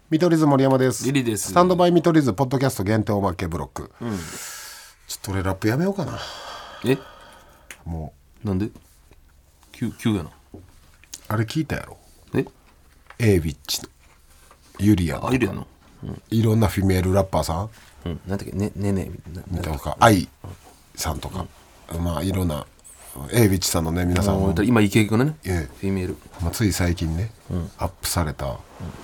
見取り図森山です。 リリです。 スタンドバイ見取り図ポッドキャスト限定おまけブロック、ちょっと俺ラップやめようかな。 えもなんで急やな。 あれ聞いたやろ。 え A ウィッチのユリアンあいるやの、 いろんなフィメールラッパーさんなんだっけねみたいなとか、愛さんとか、まあいろんな A ウィッチさんのね皆さんも、 今イケイケのね、 ええフィメール、 つい最近ね、アップされた、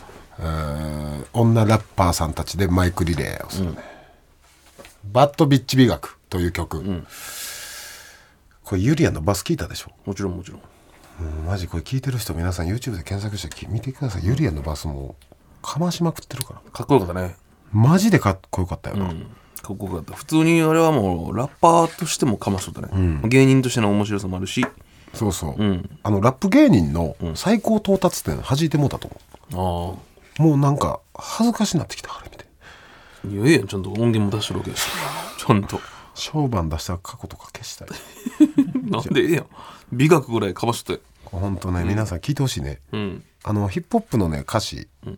女ラッパーさんたちでマイクリレーをするね、バッドビッチ美学という曲、これユリアンのバス聞いたでしょ。 もちろん、 マジこれ聞いてる人皆さん YouTube で検索して見てください。ユリアンのバスもかましまくってるから、 かっこよかったね。 マジでかっこよかったよな、 かっこよかった。普通にあれはもうラッパーとしてもかましとったね、芸人としての面白さもあるし。 そうそう、ラップ芸人の最高到達点弾いてもうたと思う、もうなんか恥ずかしなってきたあれ見て。 いやいや、ちゃんと音源も出してるわけですちゃんと小判出した過去とか消したいなんでええやん、美学ぐらいかましとって本当ね、皆さん聞いてほしいね、ヒップホップのね歌詞って、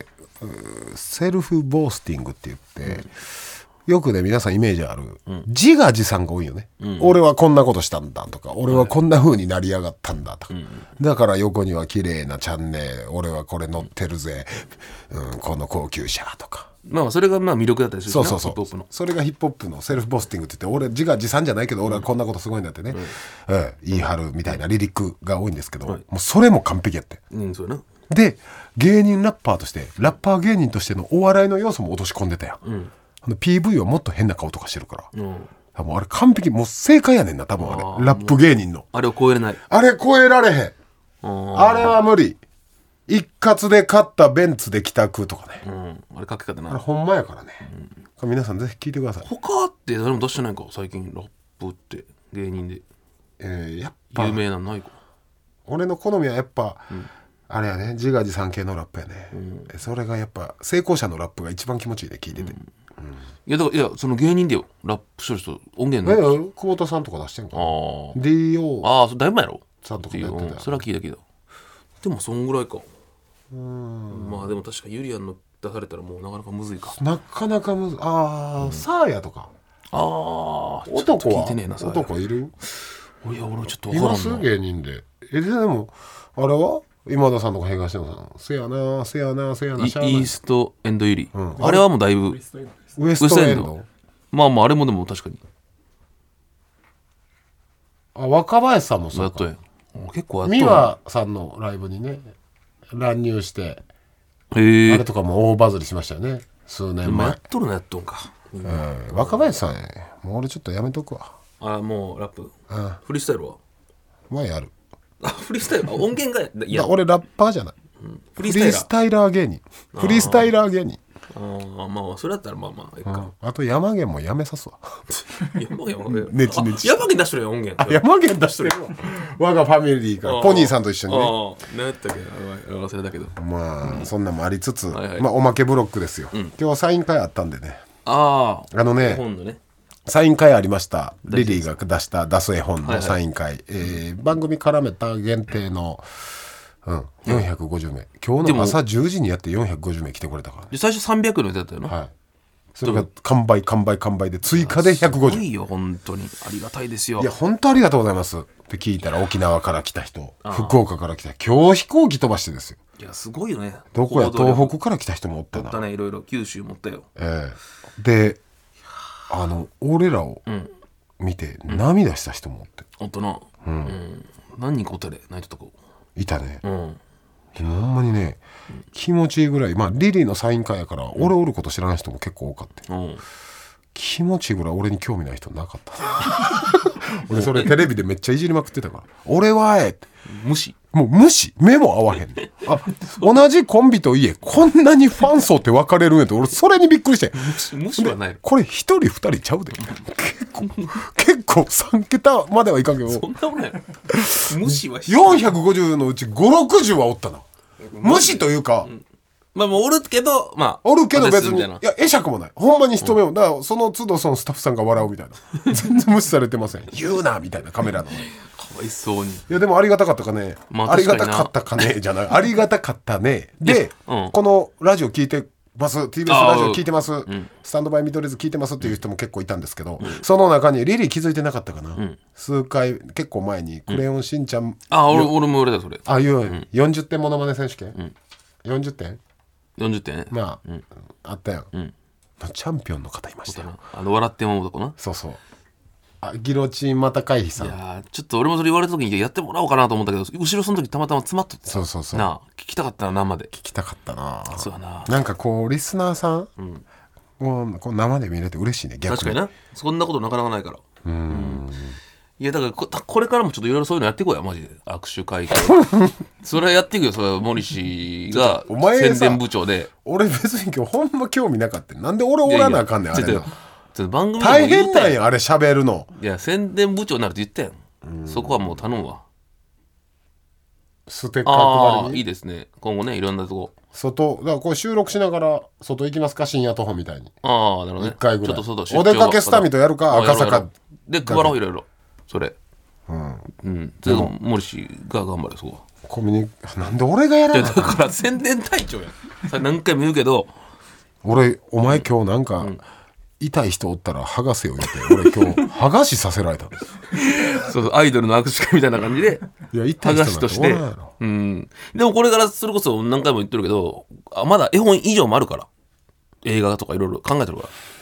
セルフボースティングって言って、よくね皆さんイメージある、自画自賛が多いよね、俺はこんなことしたんだとか、俺はこんな風になりやがったんだとか、だから横には綺麗なチャンネル、俺はこれ乗ってるぜ、この高級車とか、 まあそれがまあ魅力だったりするしな。 そうヒップホップのそれがヒップホップのセルフボースティングって言って、俺自画自賛じゃないけど俺はこんなことすごいんだってね、言い張るみたいなリリックが多いんですけど、もうそれも完璧やって、 そうやな。 で芸人ラッパーとしてラッパー芸人としてのお笑いの要素も落とし込んでたやん、PV はもっと変な顔とかしてるから、多分あれ完璧、もう正解やねんな多分あれラップ芸人のあれを超えれない。 あれ超えられへん、あれは無理。一括で買ったベンツで帰宅とかね、 あれかけ方な。 あれほんまやからね、これ皆さんぜひ聞いてください。 他って誰も出してないか最近ラップって芸人で、 やっぱ有名なのないか。 俺の好みはやっぱ、あれやね、自画自賛系のラップやね、それがやっぱ成功者のラップが一番気持ちいいね聞いてて、 いやだから、いやその芸人でよラップしてる人音源の。 久保田さんとか出してんかな、 あ DO あ、だいぶ前やろさんとかもやってたよ、 それは聞いたけど、でもそんぐらいか。まあでも確かユリアンの出されたらもうなかなかむずいか。 なかなかむずサーヤとか男は聞いてねえな。 男いる？ いや俺ちょっといます分からんな。 芸人で。でもあれは今田さんとか東野さん、せやなしゃあないイーストエンドユリ、 んあれはもうだいぶウエストエンド。 まああれもでも確かに若林さんもそうか。 やっとや結構やっと美和さんのライブにね乱入して、 へえあれとかも大バズりしましたよね数年前。 やっとるのやっとんか。 若林さんもう俺ちょっとやめとくわ。 もうラップ、フリースタイルはやる。 フリースタイル音源がいや俺ラッパーじゃない、 フフリースタイラー芸人。フリースタイラー芸人。 まあそれだったらまあいいか。 あと山源もやめさすわ。 ねちねち山源出しとるよ音源。 山源出してるわ。我がファミリーからポニーさんと一緒にね。 何やったっけ忘れたけど、 そんなんもありつつ、 はいおまけブロックですよ、今日サイン会あったんでね。 本のねサイン会ありましリリーが出す絵本のサイン会、番組絡めた限定の、450名、今日の朝10時にやって450名来てくれたから、 最初300のやつだったよな。 それが完売で追加で150。 すごいよ本当にありがたいですよ。 いや本当ありがとうございますって聞いたら、沖縄から来た人、福岡から来た、今日飛行機飛ばしてですよ。 いやすごいよね。 どこや東北から来た人もおったな。 おったね、いろいろ九州もおったよ。 で俺らを見て涙した人もおって、 おったな。何人かおったで泣いてた子いたね。ほんまにね、気持ちいいぐらい、リリーのサイン会やから俺おること知らない人も結構多かった、気持ちいいぐらい俺に興味ない人なかった俺それテレビでめっちゃいじりまくってたから、俺はってもう無視、目も合わへんね同じコンビといえこんなにファン層って分かれるんやって、俺それにびっくりして。 無視はない。 これ一人二人ちゃうで結構3桁まではいかんけど、 そんなことない無視は 450のうち560はおったな。無視というか、 もうおるけどおるけど別に、いいや会釈もない、ほんまに一目も、だからその都度そのスタッフさんが笑うみたいな全然無視されてません、言うなみたいな、カメラのわいそうに。 いやでもありがたかったかね、 まあありが確かになたかったかねじゃないありがたかったねで、 うんこのラジオ聞いてます TBS ラジオ聞いてます、 んスタンドバイ見取り図聞いてますっていう人も結構いたんですけど、その中にリリー気づいてなかったかな、数回結構前に「クレヨンしんちゃん」 俺も言われたそれ。 ああいう、40点モノマネ選手権、40点 40点。 まあ、あったやん、チャンピオンの方いましたよ。 笑って思うとこな。 そうそう、ギロチンまた回避さん。 いやちょっと俺もそれ言われた時にやってもらおうかなと思ったけど、後ろその時たまたま詰まっとってそうそうそう、 なあ、聞きたかったな生で。 聞きたかったな。 そうやな。 なんかこうリスナーさん、こう生で見れて嬉しいね。逆に確かにな、そんなことなかなかないから。いやだからこれからもちょっといろいろそういうのやっていこうや、マジで。握手会それはやっていくよ。それは森氏がお前さ宣伝部長で。 俺別に今日ほんま興味なかった。なんで俺おらなあかんねん。あれなちょっと番組でも大言ったやん。 変なんやあれ喋るの。 いや宣伝部長になるって言ったやん。そこはもう頼むわ。 ステッカー配りにいいですね。今後ねいろんなとこ。 外だからこれ収録しながら外行きますか、深夜徒歩みたいになるほどね。 1回ぐらいちょっと外お出かけスタミとやるか、赤坂で配ろう、いろいろそれ。でも森氏が頑張る、そこは。 コミュニなんで俺がやらなあかんだから宣伝隊長やん。それ何回も言うけど、 俺お前今日なんか、痛い人おったら剥がせよ言うて俺今日剥がしさせられたんですそうアイドルの握手会みたいな感じでいや痛い剥が人しとして、でもこれからそれこそ何回も言ってるけど、まだ絵本以上もあるから、映画とかいろいろ考えてるから、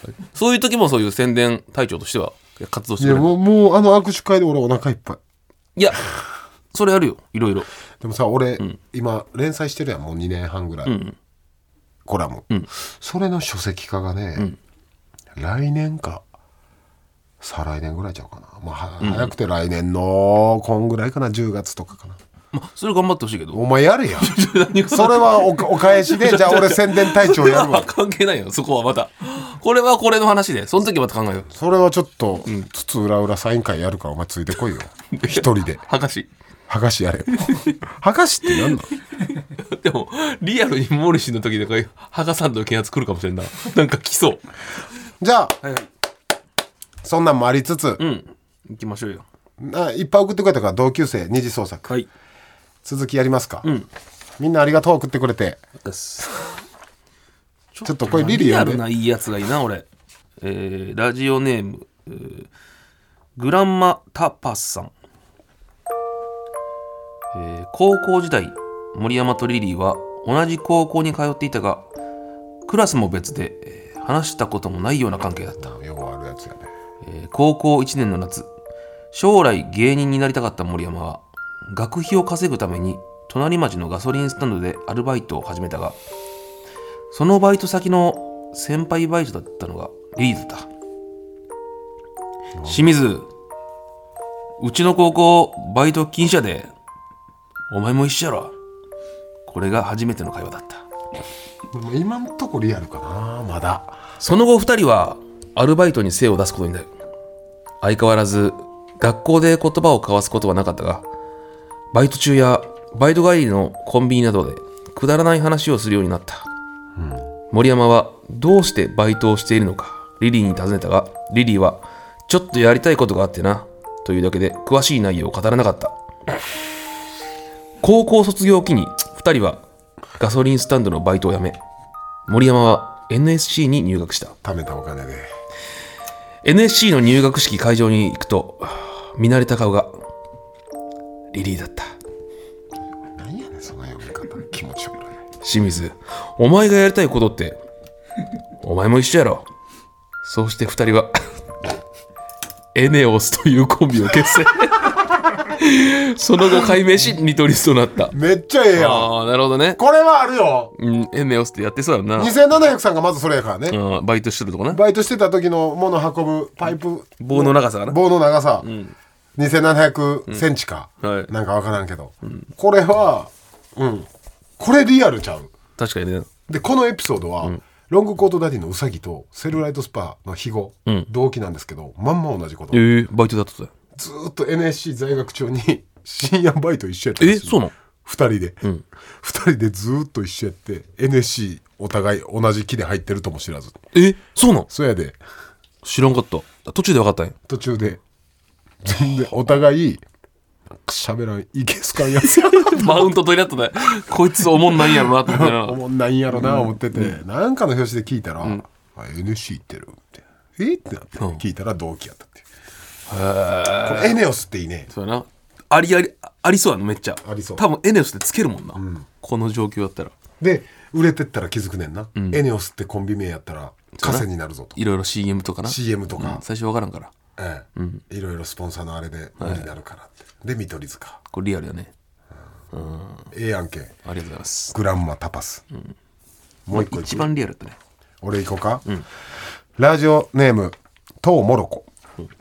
そういう時もそういう宣伝隊長としては活動してくれる。 いやもうあの握手会で俺お腹いっぱい。 いやそれやるよ、いろいろ。 でもさ俺、今連載してるやん、もう2年半ぐらい、コラム、それの書籍化がね、来年か再来年ぐらいちゃうかな、まあ、早くて来年のこんぐらいかな、10月とかかな。 それ頑張ってほしいけど。 お前やれやそれはお返しでじゃあ俺宣伝隊長やるわ関係ないよ、そこはまた。これはこれの話で、その時また考えよう。 それはちょっと、つつ裏裏サイン会やるからお前ついてこいよ一人ではがし。 剥がしやれよ剥がしって何なのでもリアルにモリシーの時でこういう剥がさんと検圧来るかもしれんな。なんか来そう。 じゃあ、そんなんもありつつ、 行きましょうよ。 いっぱい送ってくれたから同級生二次創作、続きやりますか、みんなありがとう送ってくれて。ちょっとこれリリリア読んで。 ルないいやつがいいな俺。ラジオネーム、グランマタパスさん。高校時代森山とリリーは同じ高校に通っていたがクラスも別で、話したこともないような関係だった。 ようあるやつやね。 高校1年の夏、将来芸人になりたかった森山は学費を稼ぐために隣町のガソリンスタンドでアルバイトを始めたが、そのバイト先の先輩バイトだったのがリリーだった。清水、うちの高校バイト禁止やで、お前も一緒やろ。これが初めての会話だった。 今んとこリアルかな、まだ。 その後2人はアルバイトに精を出すことになる。相変わらず学校で言葉を交わすことはなかったが、バイト中やバイト帰りのコンビニなどでくだらない話をするようになった、森山はどうしてバイトをしているのかリリーに尋ねたが、リリーはちょっとやりたいことがあってなというだけで詳しい内容を語らなかった。高校卒業を機に2人はガソリンスタンドのバイトを辞め、森山は NSC に入学した。 貯めたお金で NSC の入学式会場に行くと、見慣れた顔がリリーだった。 何やねんその読み方、気持ち悪い。 清水、お前がやりたいことってお前も一緒やろ。そうして2人はエネオスというコンビを結成その後改名しニトリスとなった。 めっちゃええやん。 ああなるほどね。 これはあるよ。 エネオスってやってそうやな。 2700さんがまずそれやからね、 バイトしてるとこね。 バイトしてた時の物運ぶパイプ棒の長さかな。 棒の長さ、2700センチか、 はいなんか分からんけど、これはこれリアルちゃう。 確かにね。 でこのエピソードは、ロングコートダディのウサギとセルライトスパの肥後、同期なんですけど、まんま同じこと、 バイトだったぜ。 ずーっと NSC 在学中に深夜バイト一緒やったんですよ。 そうなの。 2人で、2人でずーっと一緒やって NSC お互い同じ期で入ってるとも知らず。 そうなの。 そうやで。 知らんかった。途中で分かったんや。 途中で全然お互い喋らんいけすかんやつやマウント取り合ったね。こいつおもんないんやろなと思ってな。 おもんないんやろな思ってて、なんかの表紙で聞いたら、NSC 行ってるってってなって、聞いたら同期やったっていう。これエネオスっていいね。 そうやな。ありそうやのめっちゃ。 ありそう。 多分エネオスでつけるもんな、この状況だったら。 で売れてったら気づくねんな、エネオスってコンビ名やったら稼になるぞと。 いろいろ CM とかな。 CM とか、 最初わからんから。 いろいろスポンサーのあれで売りになるからって、で見取り図か。 これリアルやね。 ええ案件。 ありがとうございます。 グランマタパス、もう一個一番リアルだったね。 俺行こうか、ラジオネームトウモロコ、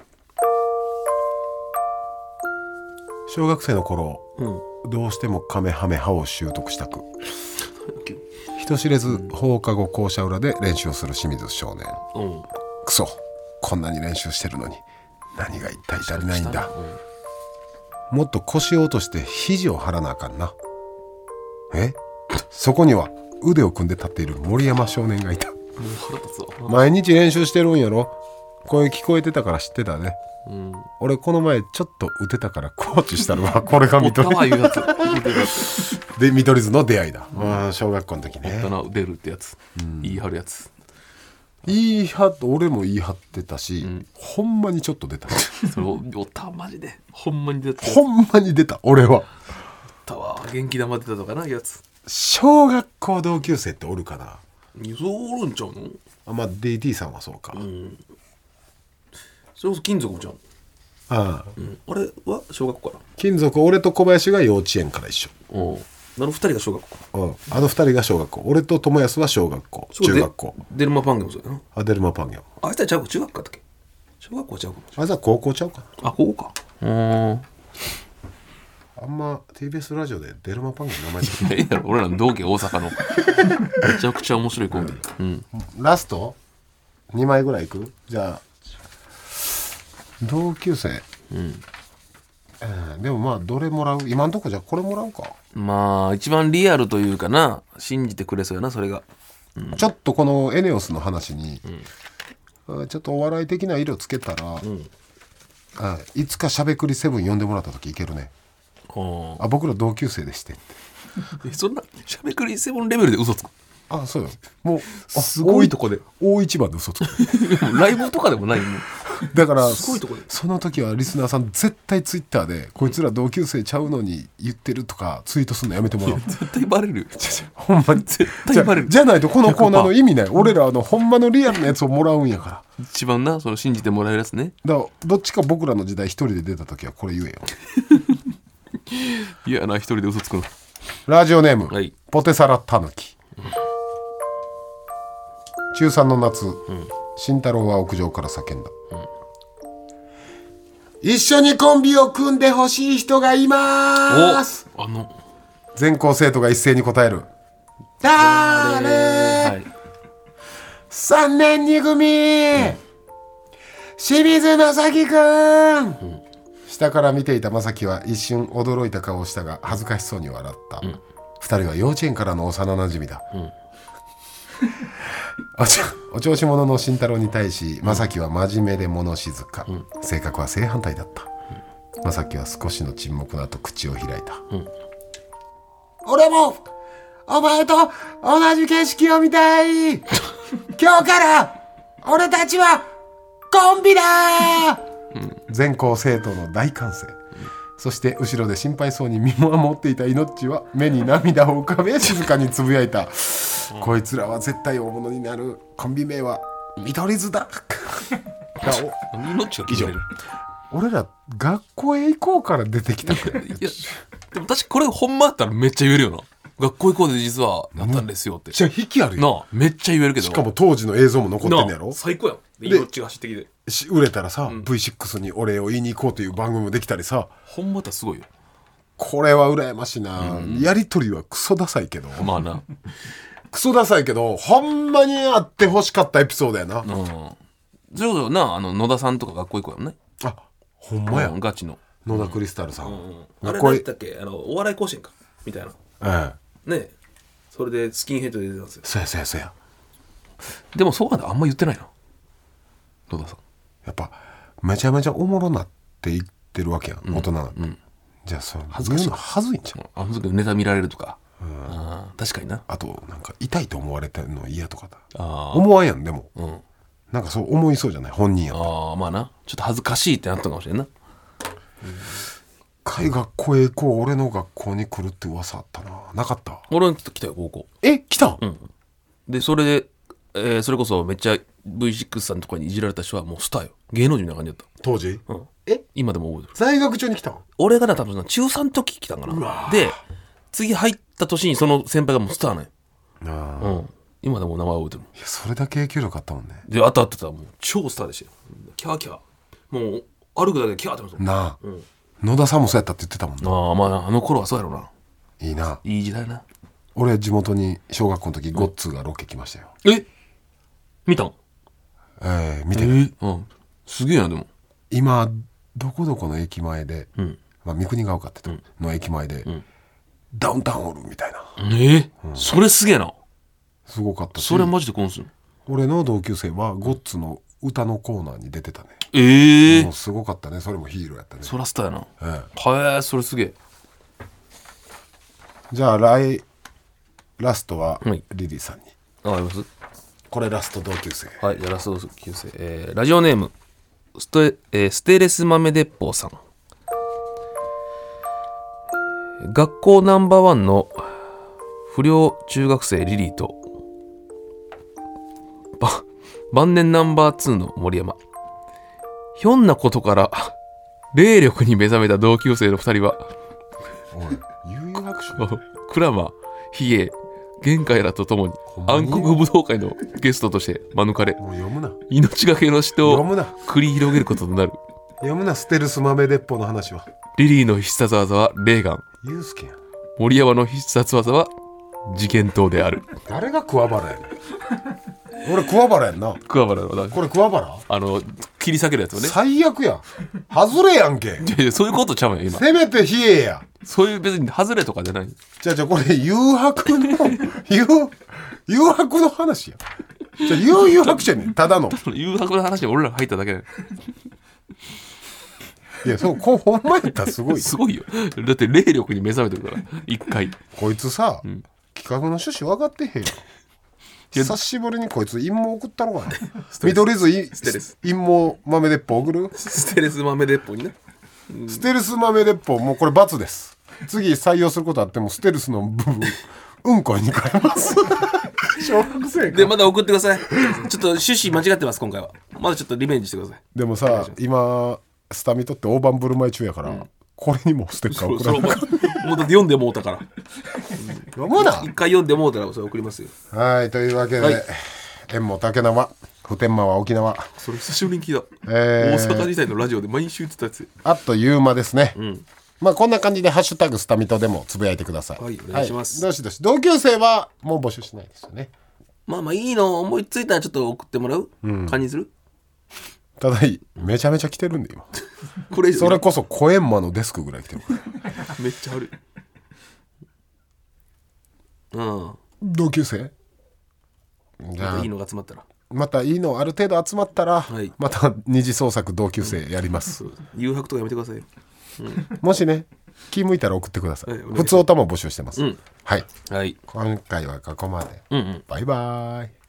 小学生の頃、どうしてもカメハメハを習得したく、人知れず放課後校舎裏で練習をする清水少年、クソこんなに練習してるのに何が一体足りないんだ、もっと腰を落として肘を張らなあかんな。そこには腕を組んで立っている森山少年がいた。毎日練習してるんやろ。声聞こえてたから知ってたね。俺この前ちょっと打てたからコーチしたるわ。これが見取りで見取り図の出会いだ。小学校の時ね。 大人出るってやつ、言い張るやつ。 俺も言い張ってたし、ほんまにちょっと出た。 それおったマジでほんまに出た。 ほんまに出た俺は。 たわ元気玉出たとかなやつ。 小学校同級生っておるかな。 そうおるんちゃうの。 まあ DT さんはそうか。 それこそ金属もちゃう。あれは小学校かな。 金属俺と小林が幼稚園から一緒。 あの2人が小学校。 あの2人が小学校。俺と友安は小学校中学校。 デルマパンゲもそうやな。 デルマパンゲもあいつはちゃうか中学校だったっけ。小学校ちゃうかも。 あいつは高校ちゃうかな。 高校か。 あんま TBS ラジオでデルマパンゲの名前つけいや俺らの同期大阪のめちゃくちゃ面白いコンビ、 ラスト2枚ぐらいいく。じゃあ同級生、でもまあどれもらう。今んとこじゃあこれもらうか。 まあ一番リアルというかな、信じてくれそうやなそれが、 ちょっとこのエネオスの話に、ちょっとお笑い的な色つけたら、いつかしゃべくり7呼んでもらった時いけるね。僕ら同級生でしてってそんなしゃべくり7レベルで嘘つく。 そうよ。もうすごいとこで大一番で嘘つくライブとかでもないもん。 だからすごいとこでその時はリスナーさん絶対ツイッターでこいつら同級生ちゃうのに言ってるとかツイートするのやめてもらおう。 絶対バレるよ。 ほんまに絶対バレる。 じゃないとこのコーナーの意味ない。俺らほんまのリアルなやつをもらうんやから。 一番なその信じてもらえるやつね。 だからどっちか僕らの時代一人で出た時はこれ言えよ。 いやな一人で嘘つくの。 ラジオネーム、ポテサラタヌキ。中3の夏、慎太郎は屋上から叫んだ、一緒にコンビを組んでほしい人がいます。全校生徒が一斉に答える。誰、3年2組、清水正樹くん、下から見ていた正樹は一瞬驚いた顔をしたが恥ずかしそうに笑った、2人は幼稚園からの幼なじみだ、お調子者の慎太郎に対し正樹は真面目で物静か、性格は正反対だった、正樹は少しの沈黙の後口を開いた、俺もお前と同じ景色を見たい今日から俺たちはコンビだ、全校生徒の大歓声、そして後ろで心配そうに見守っていた命は目に涙を浮かべ静かにつぶやいた、こいつらは絶対大物になる。コンビ名は見取り図だ。 命が決めれる。 俺ら学校へ行こうから出てきたからいやでも確かこれほんまだったらめっちゃ言えるよな。学校行こうで実はなったんですよって。 めっちゃ引きあるよな。めっちゃ言えるけど、 しかも当時の映像も残ってんねやろ。 最高やん。命が走ってきて売れたらさ、V6 にお礼を言いに行こうという番組もできたりさ、 ほんまだったらすごいよ。 これは羨ましいな、やりとりはクソダサいけど、 まあなクソダサいけどほんまにあってほしかったエピソードやな。 そういうことな。野田さんとか学校行こうやもんね。 ほんまや、 ガチの野田クリスタルさん、 あれ何だっけ、お笑い甲子園かみたいな、ね、それでスキンヘッドで出てたんですよ。 そうやでもそうなんだ、あんま言ってないな野田さん。 やっぱめちゃめちゃおもろなって言ってるわけやん、大人なんて、 じゃあそれ恥ずかしい言うのはずいんじゃん。 あ、ネタ見られるとか。確かにな。 あとなんか痛いと思われてるの嫌とかだ。 あ思わんやんでも。 あ。うん。 なんかそう思いそうじゃない本人やん。 ああ、まあな。ちょっと恥ずかしいってなったかもしれんな。 学校へ行こう俺の学校に来るって噂あったな。なかった？ 俺の来たよ、高校。 来た？ で、それで、それこそめっちゃ V6 さんとかにいじられた人はもうスターよ。芸能人な感じだった。 当時？ 今でも覚えてる。 在学中に来たん？ 俺がな、多分な中3の時来たんかな。で、次入った年にその先輩がもうスターなんよ。今でも名前覚えてるもん。 いやそれだけ影響力あったもんね。 で、あったもう超スターでしたよ。キャーキャー。もう歩くだけでキャーってますもん。 なあ、野田さんもそうやったって言ってたもんな。 ああ、まあ、あの頃はそうやろうな。 いいな。 いい時代な。 俺地元に小学校の時ゴッツーがロケ来ましたよ。 見たん？ 見てる。 すげえな、でも。 今どこどこの駅前で、三国ヶ丘ってとこの駅前で、ダウンタウンホールみたいな。 それすげえな。 すごかったし。 それマジでコンスン。 俺の同級生はゴッツの歌のコーナーに出てたね。もうすごかったね。それもヒーローやったね。 そらスターやな。それすげえ。 じゃあラストはリリーさんに。 あります。 これラスト同級生。 はい、じゃあラスト同級生。ラジオネームステレス豆鉄砲さん。学校ナンバーワンの不良中学生リリーと晩年ナンバー2の森山。ひょんなことから霊力に目覚めた同級生の2人は有有白書クラマ、ヒエ、玄海らとともに暗黒武道会のゲストとして免れ、 もう読むな。 命がけの死闘を読むな。 繰り広げることとなる。 読むなステルス豆鉄砲の話は。 リリーの必殺技はレーガン、 ユウスケやん。 森山の必殺技は事件刀である。 誰が桑原やねん。俺桑原やんな。 桑原のこれ桑原切り裂けるやつをね。 最悪やん。外れやんけ。 いやそういうことちゃうよ今。 せめて冷えや。 そういう別に外れとかじゃない。 じゃあこれ誘白の誘白の話や。じゃあ誘白者ねただの。 誘白の話に俺らが入っただけで。 いやそうほんまやったらすごい。 すごいよ。だって霊力に目覚めてるから一回。 こいつさ、企画の趣旨分かってへんやん。久しぶりにこいつ陰謀送ったのかな。見取り図陰謀豆鉄砲送る。 ステレス豆鉄砲にね。 ステルス豆鉄砲もうこれ×です。次採用することあってもステルスの部分うんこに変えます。小学生か。 でまだ送ってください。ちょっと趣旨間違ってます今回は。まだちょっとリベンジしてください。 でもさ今スタミトって大盤振る舞い中やから、これにもステッカー送らなかった。 もうだって読んでもうたから。 読むな。 一回読んでもうたらそれ送りますよ。 はいというわけで、縁も竹縄普天間は沖縄。 それ久しぶりに聞いた。大阪時代のラジオで毎週言ってたやつ。 あっという間ですね。まあこんな感じでハッシュタグスタミトでもつぶやいてください。 はいお願いします。 どしどし同級生はもう募集しないですよね。 まあいいの思いついたらちょっと送ってもらう感じする。 ただめちゃめちゃ来てるんで今。 これそれこそコエンマのデスクぐらい来てるから。 めっちゃある。 同級生じゃあいいのが集まったらまたいいのある程度集まったら、また二次創作同級生やります。 誘白とかやめてくださいよ。 もしね気向いたら送ってください。普通おたも募集してます。はい、 はい、 今回はここまで。バイバイ。